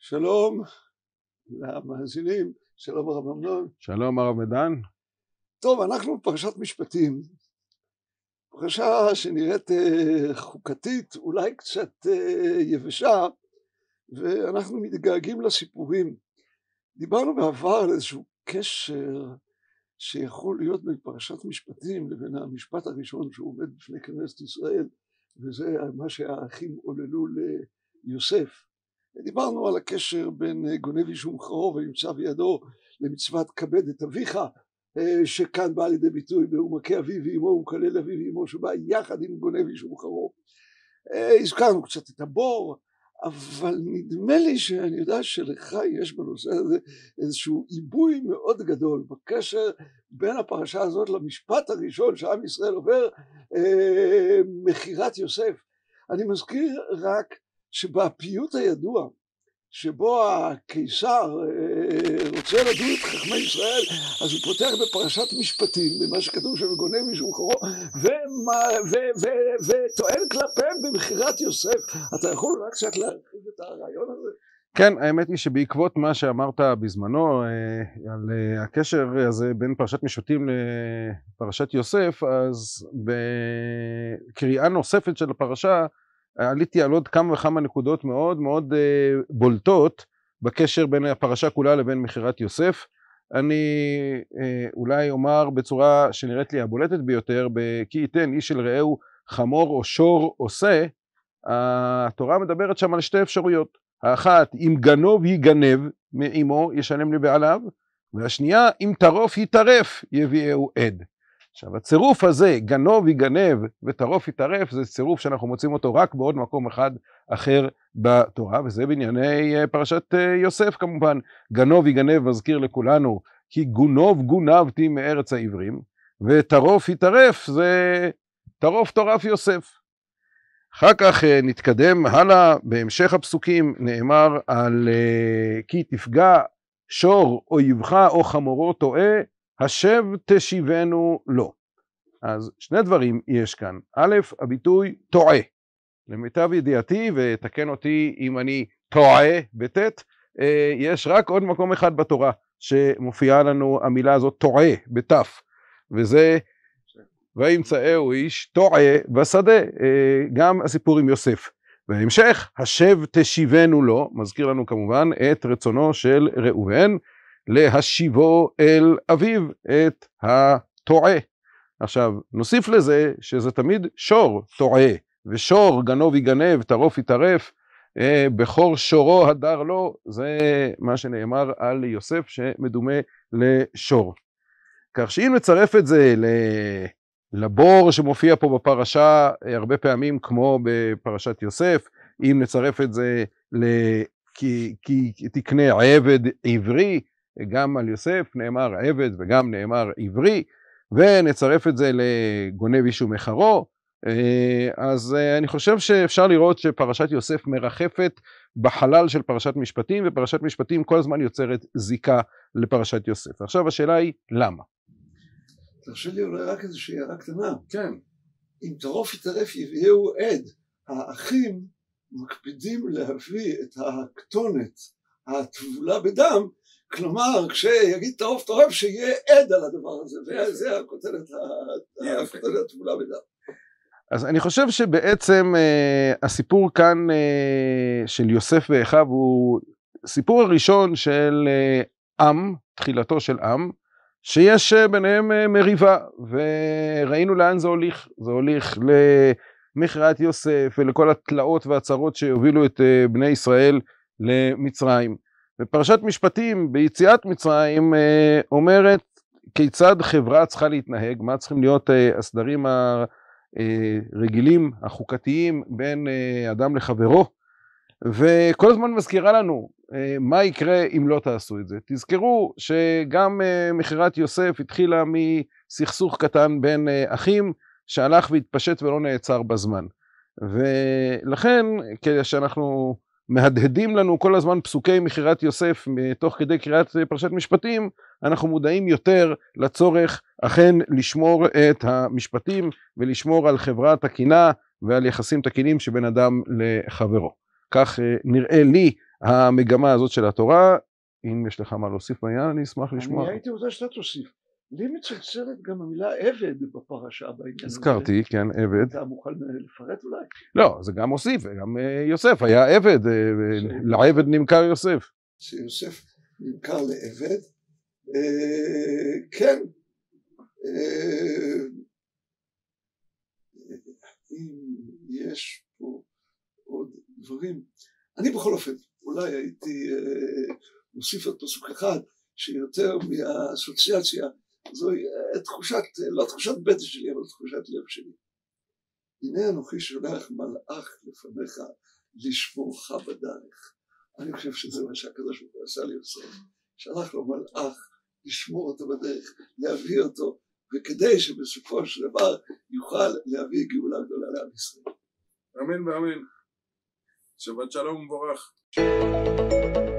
שלום למאזינים, שלום הרב אמנון. שלום הרב מדן. טוב, אנחנו בפרשת משפטים, פרשה שנראית חוקתית, אולי קצת יבשה, ואנחנו מתגעגעים לסיפורים. דיברנו בעבר על איזשהו קשר שיכול להיות בין פרשת משפטים לבין המשפט הראשון שהוא עומד בפני כנסת ישראל, וזה מה שהאחים עוללו ליוסף. דיברנו על הקשר בין גונב איש ומכרו ונמצא בידו למצוות כבד את אביך, שכאן בא לידי ביטוי והוא מכה אביו ואמו ומקלל אביו ואמו, שבא יחד עם גונב איש ומכרו. הזכרנו קצת את הבור, אבל נדמה לי שאני יודע שלך יש בנושא הזה איזשהו עיבוי מאוד גדול בקשר בין הפרשה הזאת למשפט הראשון שעם ישראל עובר, מכירת יוסף. אני מזכיר רק שבפיוט הידוע שבו הקיסר רוצה לדון את חכמי ישראל, אז הוא פותח בפרשת משפטים במה שכתוב שם גונב איש ומכרו וטוען כלפיהם במכירת יוסף. אתה יכול רק קצת להרחיב את הרעיון הזה? כן, האמת היא שבעקבות מה שאמרת בזמנו על הקשר הזה בין פרשת משפטים לפרשת יוסף, אז בקריאה נוספת של הפרשה עליתי על עוד כמה וכמה נקודות מאוד מאוד בולטות בקשר בין הפרשה כולה לבין מכירת יוסף. אני אולי אומר בצורה שנראית לי הבולטת ביותר, כי ייתן איש אל רעהו חמור או שור עושה, התורה מדברת שם על שתי אפשרויות. האחת, אם גנוב יגנב מאמו ישלם לבעליו, והשנייה, אם טרוף יטרף יביאהו עד. עכשיו הצירוף הזה, גנוב יגנב וטרוף יטרף, זה צירוף שאנחנו מוצאים אותו רק בעוד מקום אחד אחר בתורה, וזה בענייני פרשת יוסף כמובן. גנוב יגנב מזכיר לכולנו כי גונוב גונבתי מארץ העברים, וטרוף יטרף זה טרוף טורף יוסף. אחר כך נתקדם הלאה, בהמשך הפסוקים נאמר על כי תפגע שור אויבך או חמורו טועה, השב תשיבנו לו. אז שני דברים יש כאן. א', הביטוי טועה. למיטב ידיעתי, ותקן אותי אם אני טועה בתת, יש רק עוד מקום אחד בתורה שמופיעה לנו המילה הזאת טועה בתף, וזה וימצאהו איש טועה בשדה, גם הסיפור עם יוסף. בהמשך, השב תשיבנו לו, מזכיר לנו כמובן את רצונו של ראובן, להשיבו אל אביו את הטועה. עכשיו נוסיף לזה שזה תמיד שור טועה, ושור גנוב יגנב, טרוף יטרף, בכור שורו הדר לו, זה מה שנאמר על יוסף שמדומה לשור. כך שאם נצרף את זה לבור שמופיע פה בפרשה הרבה פעמים כמו בפרשת יוסף, אם נצרף את זה כי תקנה עבד עברי, גם על יוסף נאמר עבד וגם נאמר עברי, ונצרף את זה לגונב איש ומכרו, אז אני חושב שאפשר לראות שפרשת יוסף מרחפת בחלל של פרשת משפטים, ופרשת משפטים כל הזמן יוצרת זיקה לפרשת יוסף. עכשיו השאלה היא למה? תרשה לי אולי רק איזושהי הערה קטנה. כן. אם טרוף יטרף יביאהו עד, האחים מקפידים להביא את הכתונת הטבולה בדם, כלומר כשיגיד טרוף טורף שיהיה עד על הדבר הזה, וזה הכותרת הטבולה בדם. אז אני חושב שבעצם הסיפור כאן של יוסף ואחיו הוא סיפור הראשון של עם, תחילתו של עם, שיש ביניהם מריבה, וראינו לאן זה הוליך. זה הוליך למכירת יוסף ולכל התלאות והצרות שהובילו את בני ישראל למצרים. ופרשת משפטים ביציאת מצרים אומרת כיצד חברה צריכה להתנהג, מה צריכים להיות הסדרים הרגילים, החוקתיים בין אדם לחברו, וכל הזמן מזכירה לנו מה יקרה אם לא תעשו את זה. תזכרו שגם מכירת יוסף התחילה מסכסוך קטן בין אחים שהלך והתפשט ולא נעצר בזמן, ולכן כשאנחנו מהדהדים לנו כל הזמן פסוקי מכירת יוסף תוך כדי קריאת פרשת משפטים, אנחנו מודעים יותר לצורך אכן לשמור את המשפטים ולשמור על חברה תקינה ועל יחסים תקינים שבין אדם לחברו. כך נראה לי המגמה הזאת של התורה. אם יש לך מה להוסיף בעניין, אני אשמח לשמוע. אני הייתי רוצה שאתה תוסיף. לי מצלצלת גם המילה עבד בפרשה בעניין הזה. הזכרתי, כן, עבד. אתה מוכן לפרט אולי? לא, זה גם מוסיף, וגם יוסף היה עבד, לעבד נמכר יוסף. שיוסף נמכר לעבד. כן. אם יש פה עוד דברים, אני בכל אופן, אולי הייתי מוסיף עוד פסוק אחד, שיותר מהאסוציאציה, זוהי תחושת, לא תחושת בטן שלי, אבל תחושת לב שלי. הנה אנוכי שולח מלאך לפניך לשמורך בדרך. אני חושב שזה מה שהקדוש ברוך הוא עשה ליוסף. שלח לו מלאך לשמור אותו בדרך, להביא אותו, וכדי שבסופו של דבר יוכל להביא גאולה גדולה לעם ישראל. אמן ואמן. שבת שלום ומבורך.